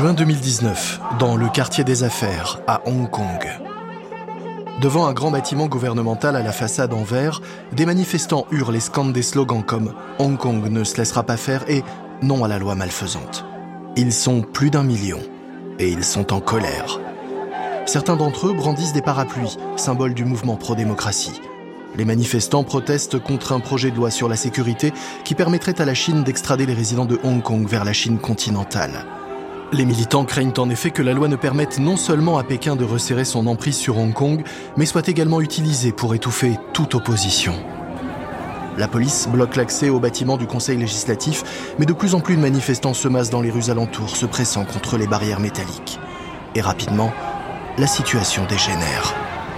Juin 2019, dans le quartier des affaires, à Hong Kong. Devant un grand bâtiment gouvernemental à la façade en verre, des manifestants hurlent et scandent des slogans comme « Hong Kong ne se laissera pas faire » et « Non à la loi malfaisante ». Ils sont plus d'1 million et ils sont en colère. Certains d'entre eux brandissent des parapluies, symbole du mouvement pro-démocratie. Les manifestants protestent contre un projet de loi sur la sécurité qui permettrait à la Chine d'extrader les résidents de Hong Kong vers la Chine continentale. Les militants craignent en effet que la loi ne permette non seulement à Pékin de resserrer son emprise sur Hong Kong, mais soit également utilisée pour étouffer toute opposition. La police bloque l'accès au bâtiment du Conseil législatif, mais de plus en plus de manifestants se massent dans les rues alentours, se pressant contre les barrières métalliques. Et rapidement, la situation dégénère.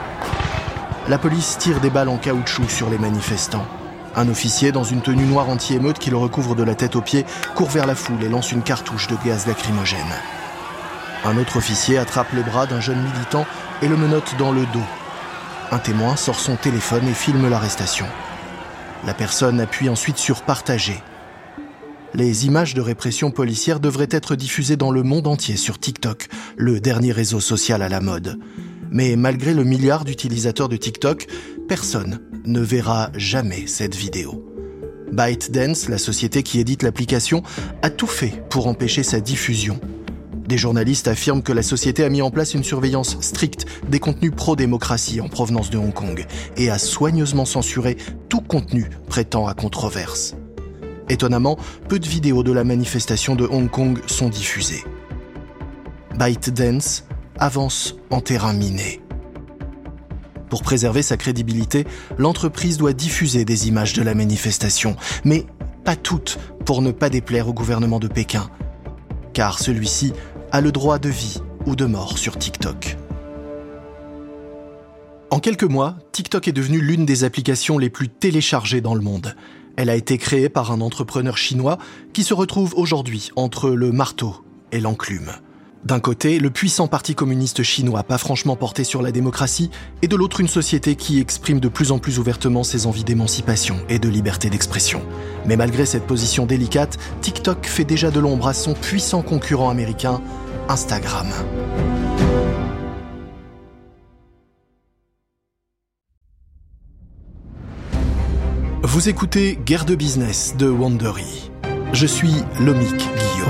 La police tire des balles en caoutchouc sur les manifestants. Un officier, dans une tenue noire anti-émeute qui le recouvre de la tête aux pieds, court vers la foule et lance une cartouche de gaz lacrymogène. Un autre officier attrape le bras d'un jeune militant et le menotte dans le dos. Un témoin sort son téléphone et filme l'arrestation. La personne appuie ensuite sur « Partager ». Les images de répression policière devraient être diffusées dans le monde entier sur TikTok, le dernier réseau social à la mode. Mais malgré le milliard d'utilisateurs de TikTok, personne ne verra jamais cette vidéo. ByteDance, la société qui édite l'application, a tout fait pour empêcher sa diffusion. Des journalistes affirment que la société a mis en place une surveillance stricte des contenus pro-démocratie en provenance de Hong Kong et a soigneusement censuré tout contenu prêtant à controverse. Étonnamment, peu de vidéos de la manifestation de Hong Kong sont diffusées. ByteDance avance en terrain miné. Pour préserver sa crédibilité, l'entreprise doit diffuser des images de la manifestation, mais pas toutes pour ne pas déplaire au gouvernement de Pékin, car celui-ci a le droit de vie ou de mort sur TikTok. En quelques mois, TikTok est devenue l'une des applications les plus téléchargées dans le monde. Elle a été créée par un entrepreneur chinois qui se retrouve aujourd'hui entre le marteau et l'enclume. D'un côté, le puissant parti communiste chinois pas franchement porté sur la démocratie, et de l'autre une société qui exprime de plus en plus ouvertement ses envies d'émancipation et de liberté d'expression. Mais malgré cette position délicate, TikTok fait déjà de l'ombre à son puissant concurrent américain, Instagram. Vous écoutez Guerre de business de Wandery. Je suis Lomik Guillot.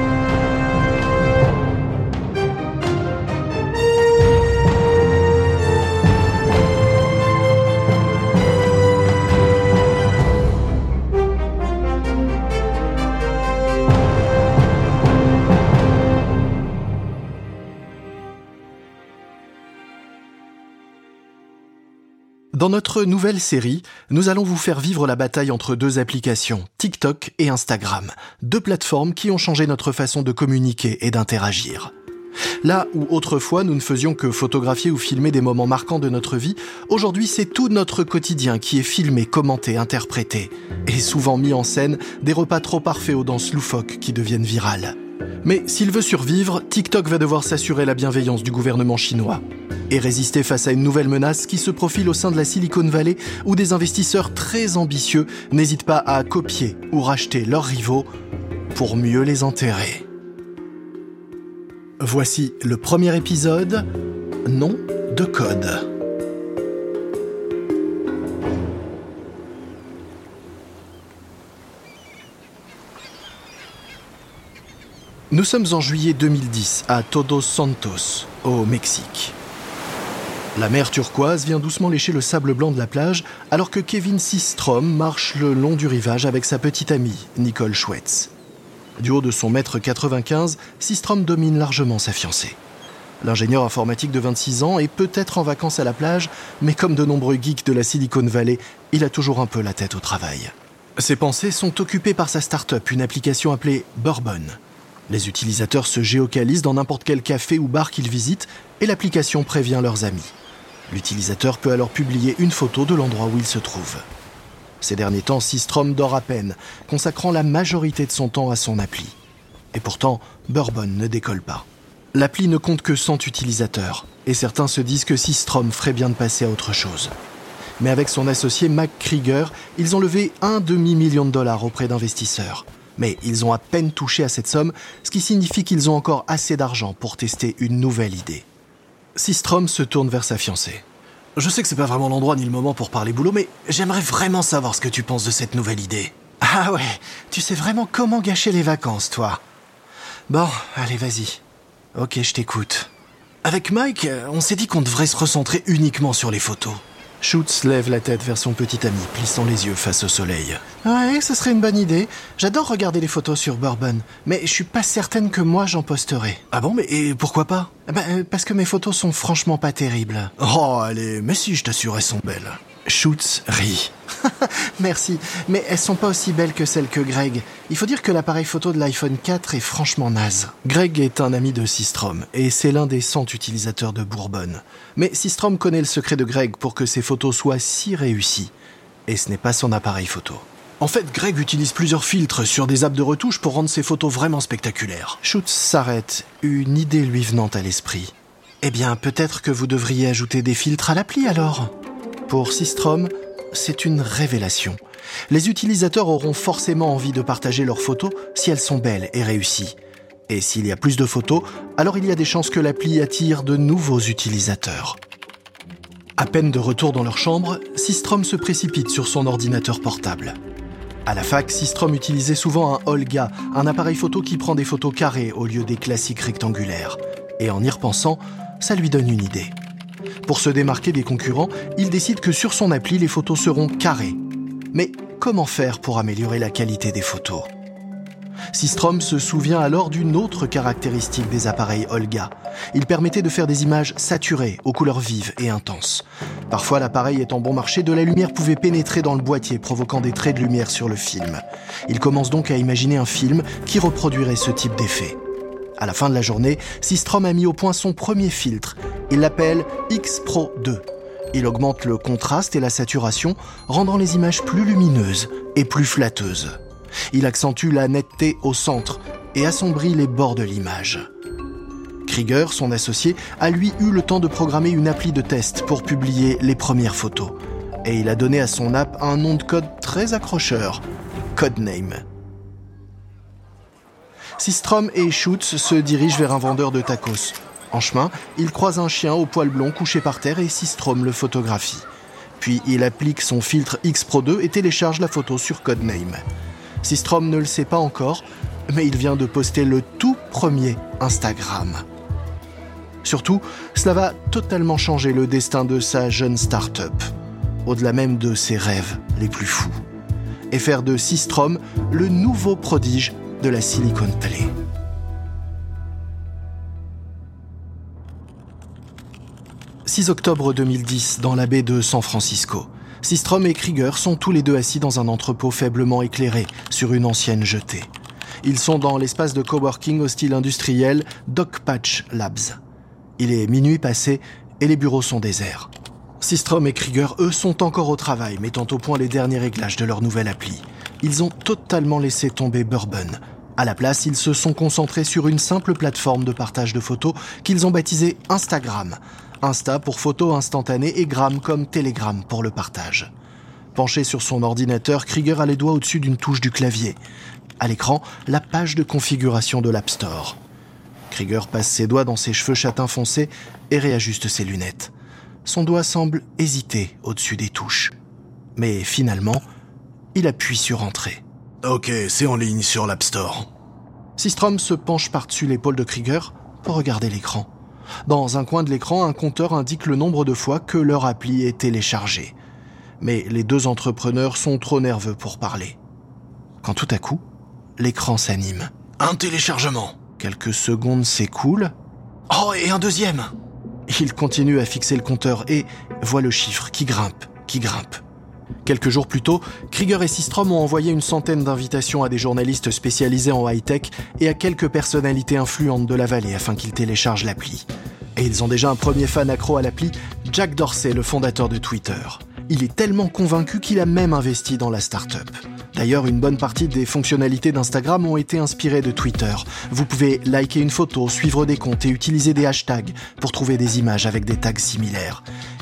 Dans notre nouvelle série, nous allons vous faire vivre la bataille entre deux applications, TikTok et Instagram, deux plateformes qui ont changé notre façon de communiquer et d'interagir. Là où autrefois nous ne faisions que photographier ou filmer des moments marquants de notre vie, aujourd'hui c'est tout notre quotidien qui est filmé, commenté, interprété, et souvent mis en scène des repas trop parfaits aux danses loufoques qui deviennent virales. Mais s'il veut survivre, TikTok va devoir s'assurer la bienveillance du gouvernement chinois et résister face à une nouvelle menace qui se profile au sein de la Silicon Valley où des investisseurs très ambitieux n'hésitent pas à copier ou racheter leurs rivaux pour mieux les enterrer. Voici le premier épisode, Nom de code. Nous sommes en juillet 2010 à Todos Santos, au Mexique. La mer turquoise vient doucement lécher le sable blanc de la plage alors que Kevin Systrom marche le long du rivage avec sa petite amie, Nicole Schwetz. Du haut de son 1m95, Systrom domine largement sa fiancée. L'ingénieur informatique de 26 ans est peut-être en vacances à la plage, mais comme de nombreux geeks de la Silicon Valley, il a toujours un peu la tête au travail. Ses pensées sont occupées par sa start-up, une application appelée Bourbon. Les utilisateurs se géocalisent dans n'importe quel café ou bar qu'ils visitent et l'application prévient leurs amis. L'utilisateur peut alors publier une photo de l'endroit où il se trouve. Ces derniers temps, Systrom dort à peine, consacrant la majorité de son temps à son appli. Et pourtant, Bourbon ne décolle pas. L'appli ne compte que 100 utilisateurs, et certains se disent que Systrom ferait bien de passer à autre chose. Mais avec son associé Mac Krieger, ils ont levé $1,5 million auprès d'investisseurs. Mais ils ont à peine touché à cette somme, ce qui signifie qu'ils ont encore assez d'argent pour tester une nouvelle idée. Systrom se tourne vers sa fiancée. « Je sais que c'est pas vraiment l'endroit ni le moment pour parler boulot, mais j'aimerais vraiment savoir ce que tu penses de cette nouvelle idée. »« Ah ouais, tu sais vraiment comment gâcher les vacances, toi. » »« Bon, allez, vas-y. Ok, je t'écoute. » Avec Mike, on s'est dit qu'on devrait se recentrer uniquement sur les photos. Schutz lève la tête vers son petit ami, plissant les yeux face au soleil. Ouais, ce serait une bonne idée. J'adore regarder les photos sur Bourbon, mais je suis pas certaine que moi j'en posterai. Ah bon, mais et pourquoi pas ? Parce que mes photos sont franchement pas terribles. Oh, allez, mais si, je t'assure, elles sont belles. Schutz rit. Merci, mais elles sont pas aussi belles que celles que Greg. Il faut dire que l'appareil photo de l'iPhone 4 est franchement naze. Greg est un ami de Systrom, et c'est l'un des 100 utilisateurs de Bourbon. Mais Systrom connaît le secret de Greg pour que ses photos soient si réussies. Et ce n'est pas son appareil photo. En fait, Greg utilise plusieurs filtres sur des apps de retouche pour rendre ses photos vraiment spectaculaires. Schutz s'arrête, une idée lui venant à l'esprit. Eh bien, peut-être que vous devriez ajouter des filtres à l'appli alors ? Pour Systrom, c'est une révélation. Les utilisateurs auront forcément envie de partager leurs photos si elles sont belles et réussies. Et s'il y a plus de photos, alors il y a des chances que l'appli attire de nouveaux utilisateurs. À peine de retour dans leur chambre, Systrom se précipite sur son ordinateur portable. À la fac, Systrom utilisait souvent un Olga, un appareil photo qui prend des photos carrées au lieu des classiques rectangulaires. Et en y repensant, ça lui donne une idée. Pour se démarquer des concurrents, il décide que sur son appli, les photos seront carrées. Mais comment faire pour améliorer la qualité des photos ? Systrom se souvient alors d'une autre caractéristique des appareils Olga. Il permettait de faire des images saturées, aux couleurs vives et intenses. Parfois, l'appareil étant bon marché, de la lumière pouvait pénétrer dans le boîtier, provoquant des traits de lumière sur le film. Il commence donc à imaginer un film qui reproduirait ce type d'effet. À la fin de la journée, Systrom a mis au point son premier filtre. Il l'appelle X-Pro 2. Il augmente le contraste et la saturation, rendant les images plus lumineuses et plus flatteuses. Il accentue la netteté au centre et assombrit les bords de l'image. Krieger, son associé, a lui eu le temps de programmer une appli de test pour publier les premières photos. Et il a donné à son app un nom de code très accrocheur, Codename. Systrom et Schutz se dirigent vers un vendeur de tacos. En chemin, il croise un chien au poil blond couché par terre et Systrom le photographie. Puis il applique son filtre X-Pro 2 et télécharge la photo sur Codename. Systrom ne le sait pas encore, mais il vient de poster le tout premier Instagram. Surtout, cela va totalement changer le destin de sa jeune start-up, au-delà même de ses rêves les plus fous, et faire de Systrom le nouveau prodige de la Silicon Valley. « 6 octobre 2010, dans la baie de San Francisco. Systrom et Krieger sont tous les deux assis dans un entrepôt faiblement éclairé sur une ancienne jetée. Ils sont dans l'espace de coworking au style industriel Dogpatch Labs. Il est minuit passé et les bureaux sont déserts. Systrom et Krieger, eux, sont encore au travail, mettant au point les derniers réglages de leur nouvelle appli. Ils ont totalement laissé tomber Bourbon. À la place, ils se sont concentrés sur une simple plateforme de partage de photos qu'ils ont baptisée Instagram. Insta pour photos instantanées et Gram comme Telegram pour le partage. Penché sur son ordinateur, Krieger a les doigts au-dessus d'une touche du clavier. À l'écran, la page de configuration de l'App Store. Krieger passe ses doigts dans ses cheveux châtain foncé et réajuste ses lunettes. Son doigt semble hésiter au-dessus des touches. Mais finalement, il appuie sur Entrée. Ok, c'est en ligne sur l'App Store. Systrom se penche par-dessus l'épaule de Krieger pour regarder l'écran. Dans un coin de l'écran, un compteur indique le nombre de fois que leur appli est téléchargée. Mais les deux entrepreneurs sont trop nerveux pour parler. Quand tout à coup, l'écran s'anime. Un téléchargement. Quelques secondes s'écoulent. Oh, et un deuxième. Il continue à fixer le compteur et voit le chiffre qui grimpe. Quelques jours plus tôt, Krieger et Systrom ont envoyé une centaine d'invitations à des journalistes spécialisés en high-tech et à quelques personnalités influentes de la vallée afin qu'ils téléchargent l'appli. Et ils ont déjà un premier fan accro à l'appli, Jack Dorsey, le fondateur de Twitter. Il est tellement convaincu qu'il a même investi dans la start-up. D'ailleurs, une bonne partie des fonctionnalités d'Instagram ont été inspirées de Twitter. Vous pouvez liker une photo, suivre des comptes et utiliser des hashtags pour trouver des images avec des tags similaires.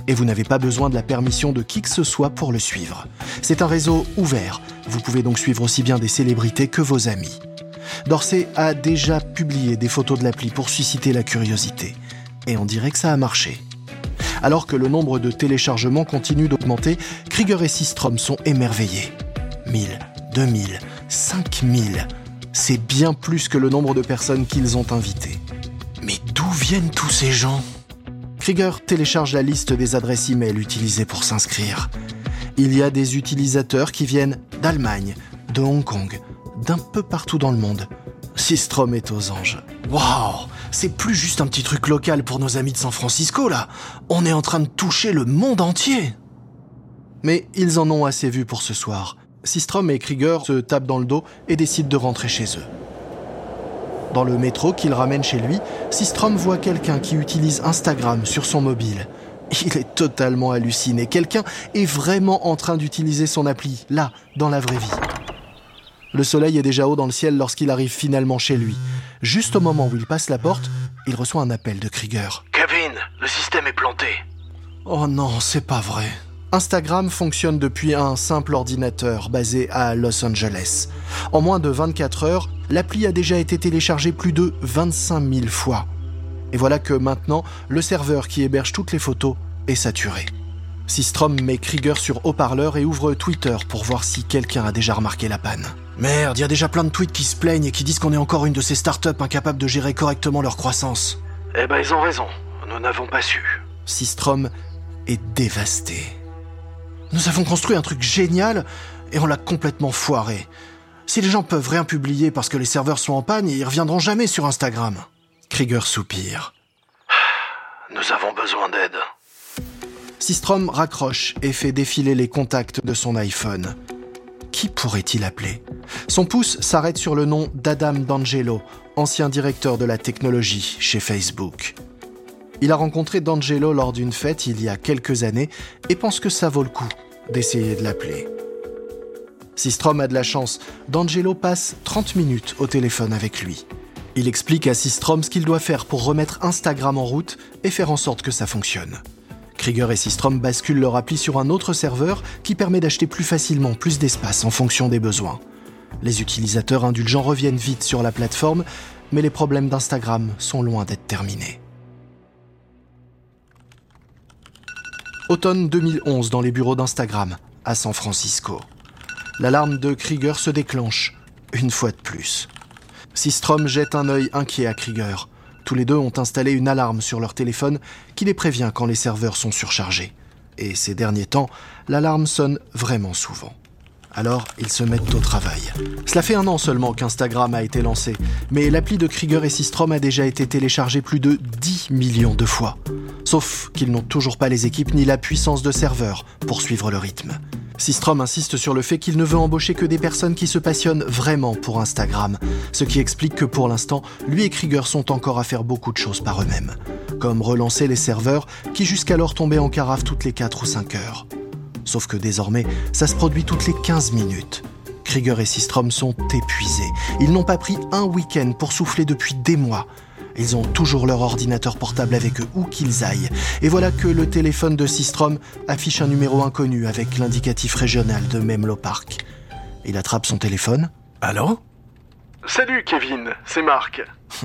Et vous n'avez pas besoin de la permission de qui que ce soit pour le suivre. C'est un réseau ouvert. Vous pouvez donc suivre aussi bien des célébrités que vos amis. Dorsey a déjà publié des photos de l'appli pour susciter la curiosité. Et on dirait que ça a marché. Alors que le nombre de téléchargements continue d'augmenter, Krieger et Systrom sont émerveillés. 1000, 2000, 5000... C'est bien plus que le nombre de personnes qu'ils ont invitées. Mais d'où viennent tous ces gens ? Krieger télécharge la liste des adresses e-mail utilisées pour s'inscrire. Il y a des utilisateurs qui viennent d'Allemagne, de Hong Kong, d'un peu partout dans le monde. Systrom est aux anges. Waouh, c'est plus juste un petit truc local pour nos amis de San Francisco, là. On est en train de toucher le monde entier. Mais ils en ont assez vu pour ce soir. Systrom et Krieger se tapent dans le dos et décident de rentrer chez eux. Dans le métro qu'il ramène chez lui, Systrom voit quelqu'un qui utilise Instagram sur son mobile. Il est totalement halluciné. Quelqu'un est vraiment en train d'utiliser son appli, là, dans la vraie vie. Le soleil est déjà haut dans le ciel lorsqu'il arrive finalement chez lui. Juste au moment où il passe la porte, il reçoit un appel de Krieger. « Kevin, le système est planté. » Oh non, c'est pas vrai. Instagram fonctionne depuis un simple ordinateur basé à Los Angeles. En moins de 24 heures, l'appli a déjà été téléchargée plus de 25 000 fois. Et voilà que maintenant, le serveur qui héberge toutes les photos est saturé. Systrom met Krieger sur haut-parleur et ouvre Twitter pour voir si quelqu'un a déjà remarqué la panne. Merde, il y a déjà plein de tweets qui se plaignent et qui disent qu'on est encore une de ces startups incapables de gérer correctement leur croissance. Eh ben, ils ont raison. Nous n'avons pas su. Systrom est dévasté. Nous avons construit un truc génial et on l'a complètement foiré. Si les gens peuvent rien publier parce que les serveurs sont en panne, ils reviendront jamais sur Instagram. Krieger soupire. Nous avons besoin d'aide. Systrom raccroche et fait défiler les contacts de son iPhone. Qui pourrait-il appeler ? Son pouce s'arrête sur le nom d'Adam D'Angelo, ancien directeur de la technologie chez Facebook. Il a rencontré D'Angelo lors d'une fête il y a quelques années et pense que ça vaut le coup d'essayer de l'appeler. Systrom a de la chance. D'Angelo passe 30 minutes au téléphone avec lui. Il explique à Systrom ce qu'il doit faire pour remettre Instagram en route et faire en sorte que ça fonctionne. Krieger et Systrom basculent leur appli sur un autre serveur qui permet d'acheter plus facilement plus d'espace en fonction des besoins. Les utilisateurs indulgents reviennent vite sur la plateforme, mais les problèmes d'Instagram sont loin d'être terminés. Automne 2011 dans les bureaux d'Instagram, à San Francisco. L'alarme de Krieger se déclenche, une fois de plus. Systrom jette un œil inquiet à Krieger. Tous les deux ont installé une alarme sur leur téléphone qui les prévient quand les serveurs sont surchargés. Et ces derniers temps, l'alarme sonne vraiment souvent. Alors, ils se mettent au travail. Cela fait 1 an seulement qu'Instagram a été lancé, mais l'appli de Krieger et Systrom a déjà été téléchargée plus de 10 millions de fois. Sauf qu'ils n'ont toujours pas les équipes ni la puissance de serveurs pour suivre le rythme. Systrom insiste sur le fait qu'il ne veut embaucher que des personnes qui se passionnent vraiment pour Instagram, ce qui explique que pour l'instant, lui et Krieger sont encore à faire beaucoup de choses par eux-mêmes, comme relancer les serveurs qui jusqu'alors tombaient en carafe toutes les 4 ou 5 heures. Sauf que désormais, ça se produit toutes les 15 minutes. Krieger et Systrom sont épuisés. Ils n'ont pas pris un week-end pour souffler depuis des mois. Ils ont toujours leur ordinateur portable avec eux où qu'ils aillent. Et voilà que le téléphone de Systrom affiche un numéro inconnu avec l'indicatif régional de Menlo Park. Il attrape son téléphone. Allô ? Salut Kevin, c'est Marc.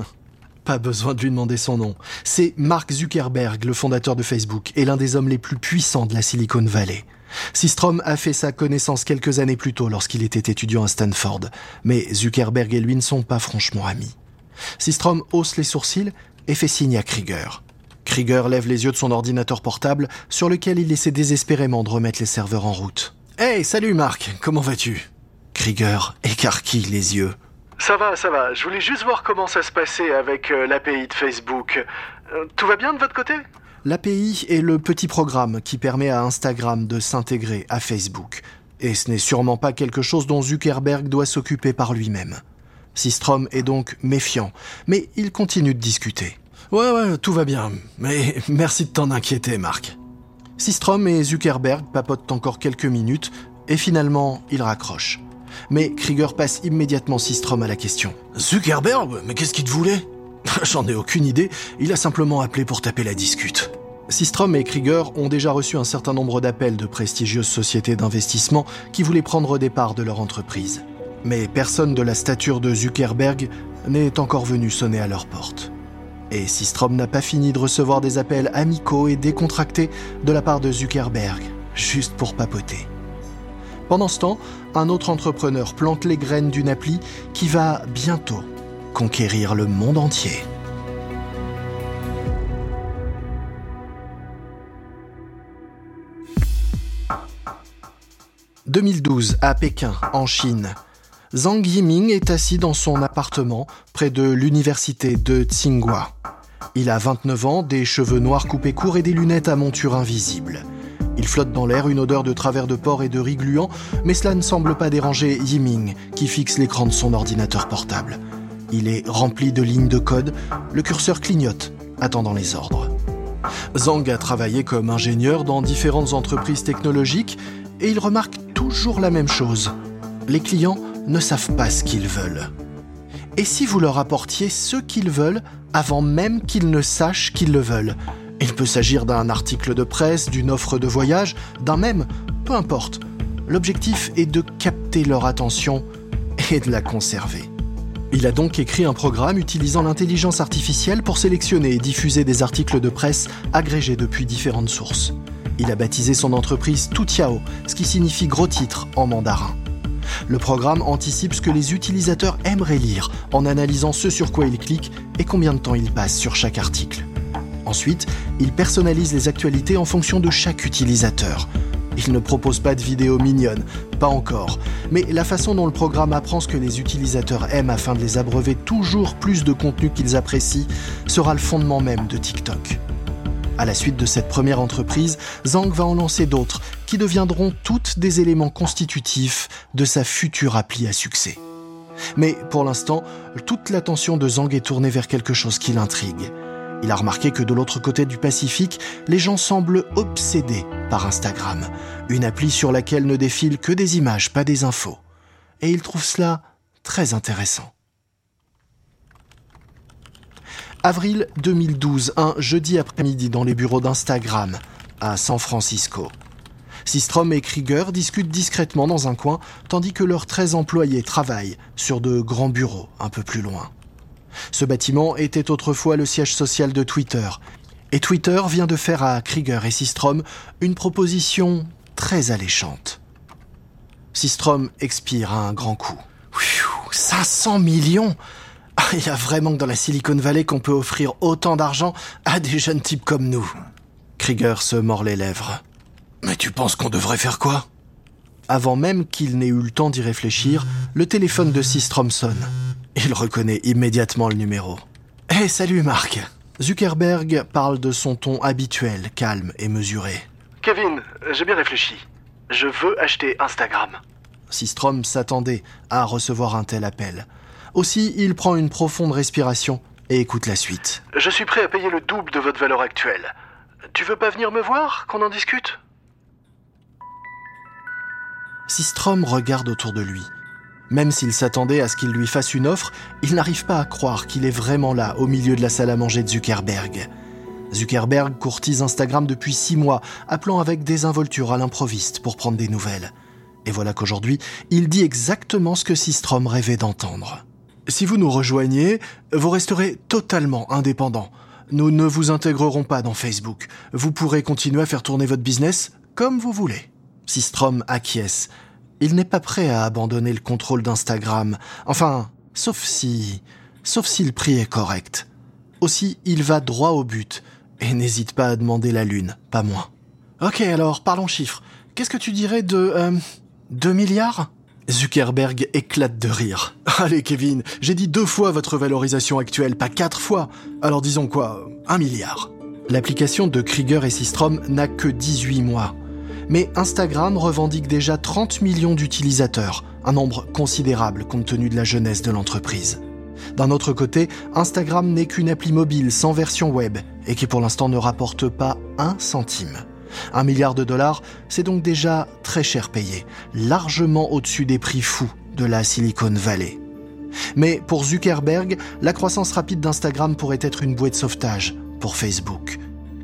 Pas besoin de lui demander son nom. C'est Mark Zuckerberg, le fondateur de Facebook, et l'un des hommes les plus puissants de la Silicon Valley. Systrom a fait sa connaissance quelques années plus tôt lorsqu'il était étudiant à Stanford. Mais Zuckerberg et lui ne sont pas franchement amis. Systrom hausse les sourcils et fait signe à Krieger. Krieger lève les yeux de son ordinateur portable sur lequel il essaie désespérément de remettre les serveurs en route. « Hey, salut Marc, comment vas-tu ?» Krieger écarquille les yeux. Ça va. Je voulais juste voir comment ça se passait avec l'API de Facebook. Tout va bien de votre côté ? L'API est le petit programme qui permet à Instagram de s'intégrer à Facebook. Et ce n'est sûrement pas quelque chose dont Zuckerberg doit s'occuper par lui-même. Systrom est donc méfiant, mais il continue de discuter. Ouais, tout va bien, mais merci de t'en inquiéter, Marc. Systrom et Zuckerberg papotent encore quelques minutes, et finalement, ils raccrochent. Mais Krieger passe immédiatement Systrom à la question. Zuckerberg ? Mais qu'est-ce qu'il te voulait ? J'en ai aucune idée, il a simplement appelé pour taper la discute. Systrom et Krieger ont déjà reçu un certain nombre d'appels de prestigieuses sociétés d'investissement qui voulaient prendre des parts de leur entreprise. Mais personne de la stature de Zuckerberg n'est encore venu sonner à leur porte. Et Systrom n'a pas fini de recevoir des appels amicaux et décontractés de la part de Zuckerberg, juste pour papoter. Pendant ce temps, un autre entrepreneur plante les graines d'une appli qui va bientôt conquérir le monde entier. « 2012, à Pékin, en Chine. Zhang Yiming est assis dans son appartement près de l'université de Tsinghua. Il a 29 ans, des cheveux noirs coupés courts et des lunettes à monture invisible. Il flotte dans l'air une odeur de travers de porc et de riz gluant, mais cela ne semble pas déranger Yiming, qui fixe l'écran de son ordinateur portable. Il est rempli de lignes de code, le curseur clignote, attendant les ordres. Zhang a travaillé comme ingénieur dans différentes entreprises technologiques et il remarque toujours la même chose. Les clients ne savent pas ce qu'ils veulent. Et si vous leur apportiez ce qu'ils veulent avant même qu'ils ne sachent qu'ils le veulent ? Il peut s'agir d'un article de presse, d'une offre de voyage, d'un mème, peu importe. L'objectif est de capter leur attention et de la conserver. Il a donc écrit un programme utilisant l'intelligence artificielle pour sélectionner et diffuser des articles de presse agrégés depuis différentes sources. Il a baptisé son entreprise Toutiao, ce qui signifie gros titre en mandarin. Le programme anticipe ce que les utilisateurs aimeraient lire en analysant ce sur quoi ils cliquent et combien de temps ils passent sur chaque article. Ensuite, il personnalise les actualités en fonction de chaque utilisateur. Il ne propose pas de vidéos mignonnes, pas encore, mais la façon dont le programme apprend ce que les utilisateurs aiment afin de les abreuver toujours plus de contenu qu'ils apprécient sera le fondement même de TikTok. À la suite de cette première entreprise, Zhang va en lancer d'autres qui deviendront toutes des éléments constitutifs de sa future appli à succès. Mais pour l'instant, toute l'attention de Zhang est tournée vers quelque chose qui l'intrigue. Il a remarqué que de l'autre côté du Pacifique, les gens semblent obsédés par Instagram, une appli sur laquelle ne défilent que des images, pas des infos. Et il trouve cela très intéressant. Avril 2012, un jeudi après-midi dans les bureaux d'Instagram, à San Francisco. Systrom et Krieger discutent discrètement dans un coin, tandis que leurs 13 employés travaillent sur de grands bureaux un peu plus loin. Ce bâtiment était autrefois le siège social de Twitter, et Twitter vient de faire à Krieger et Systrom une proposition très alléchante. Systrom expire à un grand coup. 500 millions ! Il y a vraiment que dans la Silicon Valley qu'on peut offrir autant d'argent à des jeunes types comme nous. Krieger se mord les lèvres. Mais tu penses qu'on devrait faire quoi ? Avant même qu'il n'ait eu le temps d'y réfléchir, le téléphone de Systrom sonne. Il reconnaît immédiatement le numéro. « Hey, salut Marc !» Zuckerberg parle de son ton habituel, calme et mesuré. « Kevin, j'ai bien réfléchi. Je veux acheter Instagram. » Systrom s'attendait à recevoir un tel appel. Aussi, il prend une profonde respiration et écoute la suite. « Je suis prêt à payer le double de votre valeur actuelle. Tu veux pas venir me voir, qu'on en discute ?» Systrom regarde autour de lui. Même s'il s'attendait à ce qu'il lui fasse une offre, il n'arrive pas à croire qu'il est vraiment là, au milieu de la salle à manger de Zuckerberg. Zuckerberg courtise Instagram depuis 6 mois, appelant avec désinvolture à l'improviste pour prendre des nouvelles. Et voilà qu'aujourd'hui, il dit exactement ce que Systrom rêvait d'entendre. « Si vous nous rejoignez, vous resterez totalement indépendant. Nous ne vous intégrerons pas dans Facebook. Vous pourrez continuer à faire tourner votre business comme vous voulez. » Systrom acquiesce. Il n'est pas prêt à abandonner le contrôle d'Instagram. Enfin, sauf si le prix est correct. Aussi, il va droit au but et n'hésite pas à demander la lune, pas moins. Ok, alors, parlons chiffres. Qu'est-ce que tu dirais de 2 milliards ? Zuckerberg éclate de rire. Allez Kevin, j'ai dit 2 fois votre valorisation actuelle, pas 4 fois. Alors disons quoi, 1 milliard. L'application de Krieger et Systrom n'a que 18 mois. Mais Instagram revendique déjà 30 millions d'utilisateurs, un nombre considérable compte tenu de la jeunesse de l'entreprise. D'un autre côté, Instagram n'est qu'une appli mobile sans version web et qui pour l'instant ne rapporte pas 1 centime. 1 milliard de dollars, c'est donc déjà très cher payé, largement au-dessus des prix fous de la Silicon Valley. Mais pour Zuckerberg, la croissance rapide d'Instagram pourrait être une bouée de sauvetage pour Facebook.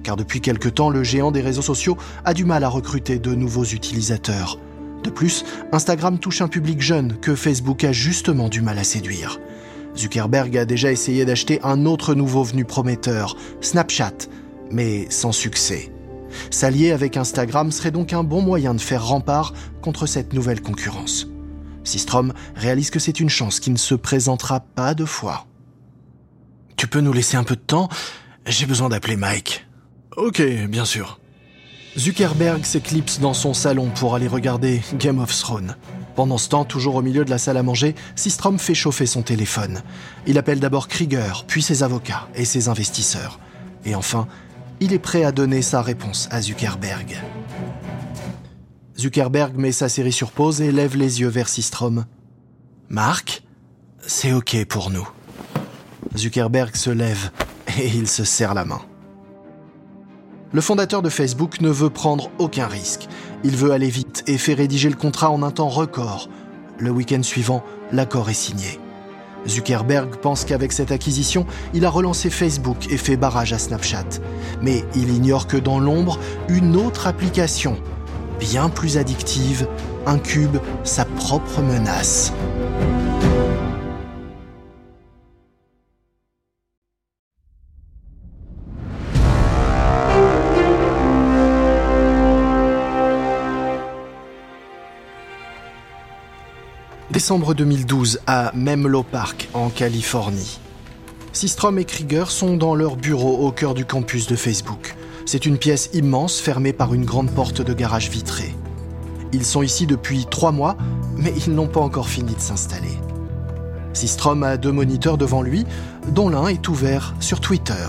car depuis quelque temps, le géant des réseaux sociaux a du mal à recruter de nouveaux utilisateurs. De plus, Instagram touche un public jeune que Facebook a justement du mal à séduire. Zuckerberg a déjà essayé d'acheter un autre nouveau venu prometteur, Snapchat, mais sans succès. S'allier avec Instagram serait donc un bon moyen de faire rempart contre cette nouvelle concurrence. Systrom réalise que c'est une chance qui ne se présentera pas deux fois. « Tu peux nous laisser un peu de temps ? J'ai besoin d'appeler Mike. »« Ok, bien sûr. » Zuckerberg s'éclipse dans son salon pour aller regarder Game of Thrones. Pendant ce temps, toujours au milieu de la salle à manger, Systrom fait chauffer son téléphone. Il appelle d'abord Krieger, puis ses avocats et ses investisseurs. Et enfin, il est prêt à donner sa réponse à Zuckerberg. Zuckerberg met sa série sur pause et lève les yeux vers Systrom. « Marc, c'est ok pour nous. » Zuckerberg se lève et il se serre la main. Le fondateur de Facebook ne veut prendre aucun risque. Il veut aller vite et fait rédiger le contrat en un temps record. Le week-end suivant, l'accord est signé. Zuckerberg pense qu'avec cette acquisition, il a relancé Facebook et fait barrage à Snapchat. Mais il ignore que dans l'ombre, une autre application, bien plus addictive, incube sa propre menace. Décembre 2012, à Menlo Park, en Californie. Systrom et Krieger sont dans leur bureau au cœur du campus de Facebook. C'est une pièce immense fermée par une grande porte de garage vitrée. Ils sont ici depuis 3 mois, mais ils n'ont pas encore fini de s'installer. Systrom a 2 moniteurs devant lui, dont l'un est ouvert sur Twitter.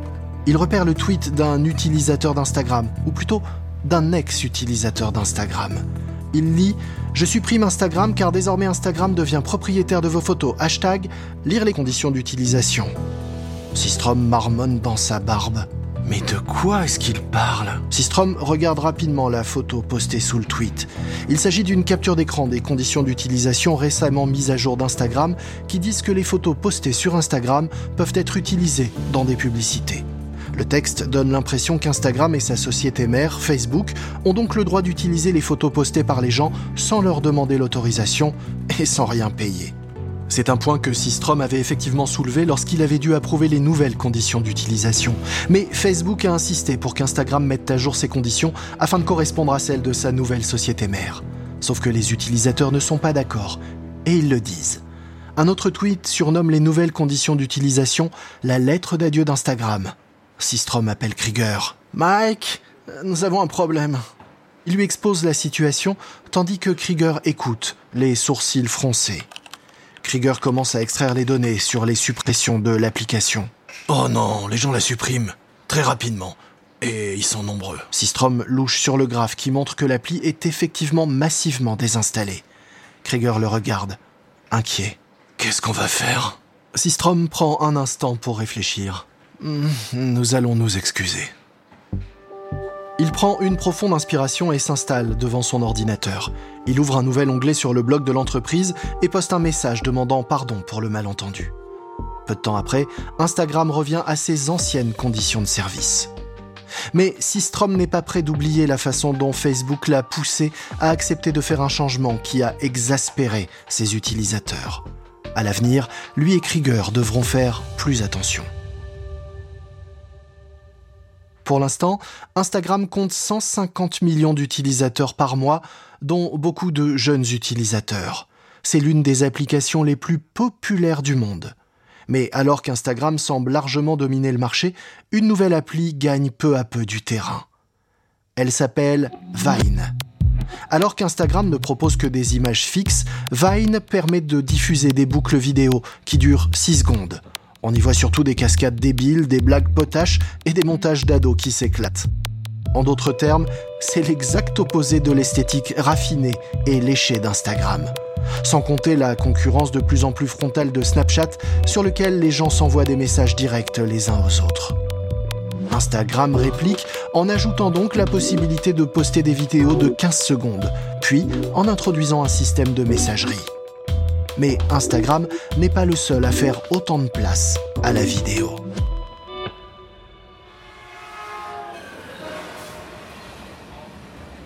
Il repère le tweet d'un utilisateur d'Instagram, ou plutôt d'un ex-utilisateur d'Instagram. Il lit « Je supprime Instagram car désormais Instagram devient propriétaire de vos photos. Hashtag, lire les conditions d'utilisation. » Systrom marmonne dans sa barbe. Mais de quoi est-ce qu'il parle ? Systrom regarde rapidement la photo postée sous le tweet. Il s'agit d'une capture d'écran des conditions d'utilisation récemment mises à jour d'Instagram qui disent que les photos postées sur Instagram peuvent être utilisées dans des publicités. Le texte donne l'impression qu'Instagram et sa société mère, Facebook, ont donc le droit d'utiliser les photos postées par les gens sans leur demander l'autorisation et sans rien payer. C'est un point que Systrom avait effectivement soulevé lorsqu'il avait dû approuver les nouvelles conditions d'utilisation. Mais Facebook a insisté pour qu'Instagram mette à jour ses conditions afin de correspondre à celles de sa nouvelle société mère. Sauf que les utilisateurs ne sont pas d'accord, et ils le disent. Un autre tweet surnomme les nouvelles conditions d'utilisation la lettre d'adieu d'Instagram. Systrom appelle Krieger. « Mike, nous avons un problème. » Il lui expose la situation, tandis que Krieger écoute, les sourcils froncés. Krieger commence à extraire les données sur les suppressions de l'application. « Oh non, les gens la suppriment, très rapidement, et ils sont nombreux. » Systrom louche sur le graphe qui montre que l'appli est effectivement massivement désinstallée. Krieger le regarde, inquiet. « Qu'est-ce qu'on va faire ?» Systrom prend un instant pour réfléchir. Nous allons nous excuser. Il prend une profonde inspiration et s'installe devant son ordinateur. Il ouvre un nouvel onglet sur le blog de l'entreprise et poste un message demandant pardon pour le malentendu. Peu de temps après, Instagram revient à ses anciennes conditions de service. Mais Systrom n'est pas prêt d'oublier la façon dont Facebook l'a poussé à accepter de faire un changement qui a exaspéré ses utilisateurs. À l'avenir, lui et Krieger devront faire plus attention. Pour l'instant, Instagram compte 150 millions d'utilisateurs par mois, dont beaucoup de jeunes utilisateurs. C'est l'une des applications les plus populaires du monde. Mais alors qu'Instagram semble largement dominer le marché, une nouvelle appli gagne peu à peu du terrain. Elle s'appelle Vine. Alors qu'Instagram ne propose que des images fixes, Vine permet de diffuser des boucles vidéo qui durent 6 secondes. On y voit surtout des cascades débiles, des blagues potaches et des montages d'ados qui s'éclatent. En d'autres termes, c'est l'exact opposé de l'esthétique raffinée et léchée d'Instagram. Sans compter la concurrence de plus en plus frontale de Snapchat, sur lequel les gens s'envoient des messages directs les uns aux autres. Instagram réplique en ajoutant donc la possibilité de poster des vidéos de 15 secondes, puis en introduisant un système de messagerie. Mais Instagram n'est pas le seul à faire autant de place à la vidéo.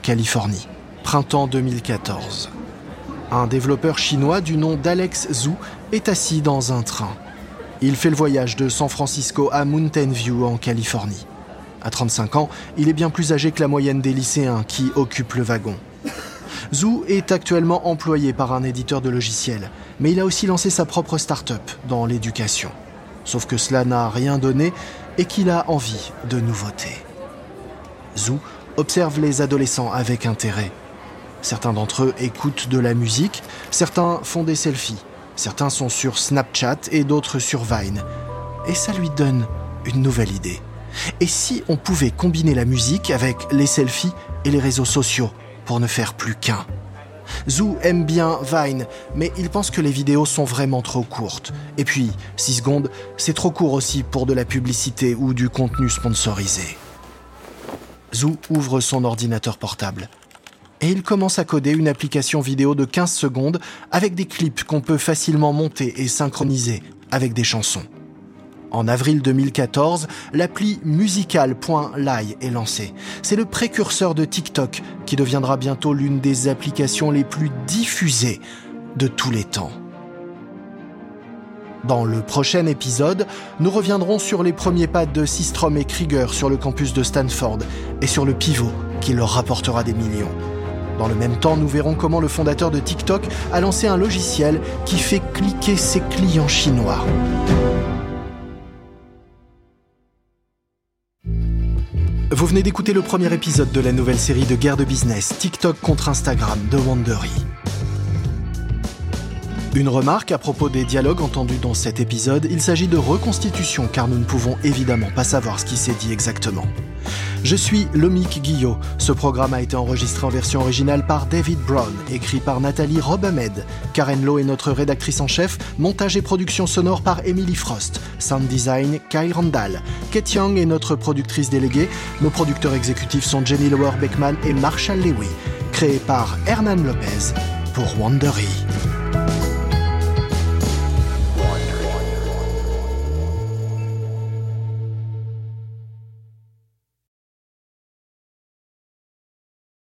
Californie. Printemps 2014. Un développeur chinois du nom d'Alex Zhu est assis dans un train. Il fait le voyage de San Francisco à Mountain View en Californie. À 35 ans, il est bien plus âgé que la moyenne des lycéens qui occupent le wagon. Zhu est actuellement employé par un éditeur de logiciels, mais il a aussi lancé sa propre start-up dans l'éducation. Sauf que cela n'a rien donné et qu'il a envie de nouveautés. Zhu observe les adolescents avec intérêt. Certains d'entre eux écoutent de la musique, certains font des selfies, certains sont sur Snapchat et d'autres sur Vine. Et ça lui donne une nouvelle idée. Et si on pouvait combiner la musique avec les selfies et les réseaux sociaux pour ne faire plus qu'un ? Zhu aime bien Vine, mais il pense que les vidéos sont vraiment trop courtes. Et puis, 6 secondes, c'est trop court aussi pour de la publicité ou du contenu sponsorisé. Zhu ouvre son ordinateur portable. Et il commence à coder une application vidéo de 15 secondes avec des clips qu'on peut facilement monter et synchroniser avec des chansons. En avril 2014, l'appli musical.ly est lancée. C'est le précurseur de TikTok qui deviendra bientôt l'une des applications les plus diffusées de tous les temps. Dans le prochain épisode, nous reviendrons sur les premiers pas de Systrom et Krieger sur le campus de Stanford et sur le pivot qui leur rapportera des millions. Dans le même temps, nous verrons comment le fondateur de TikTok a lancé un logiciel qui fait cliquer ses clients chinois. Vous venez d'écouter le premier épisode de la nouvelle série de guerre de business TikTok contre Instagram de Wondery. Une remarque à propos des dialogues entendus dans cet épisode, il s'agit de reconstitution car nous ne pouvons évidemment pas savoir ce qui s'est dit exactement. Je suis Lomique Guillot. Ce programme a été enregistré en version originale par David Brown, écrit par Nathalie Rob-Ahmed. Karen Lowe est notre rédactrice en chef, montage et production sonore par Emily Frost, sound design Kyle Randall. Kate Young est notre productrice déléguée. Nos producteurs exécutifs sont Jenny Lower Beckman et Marshall Lewy. Créé par Hernan Lopez pour Wondery.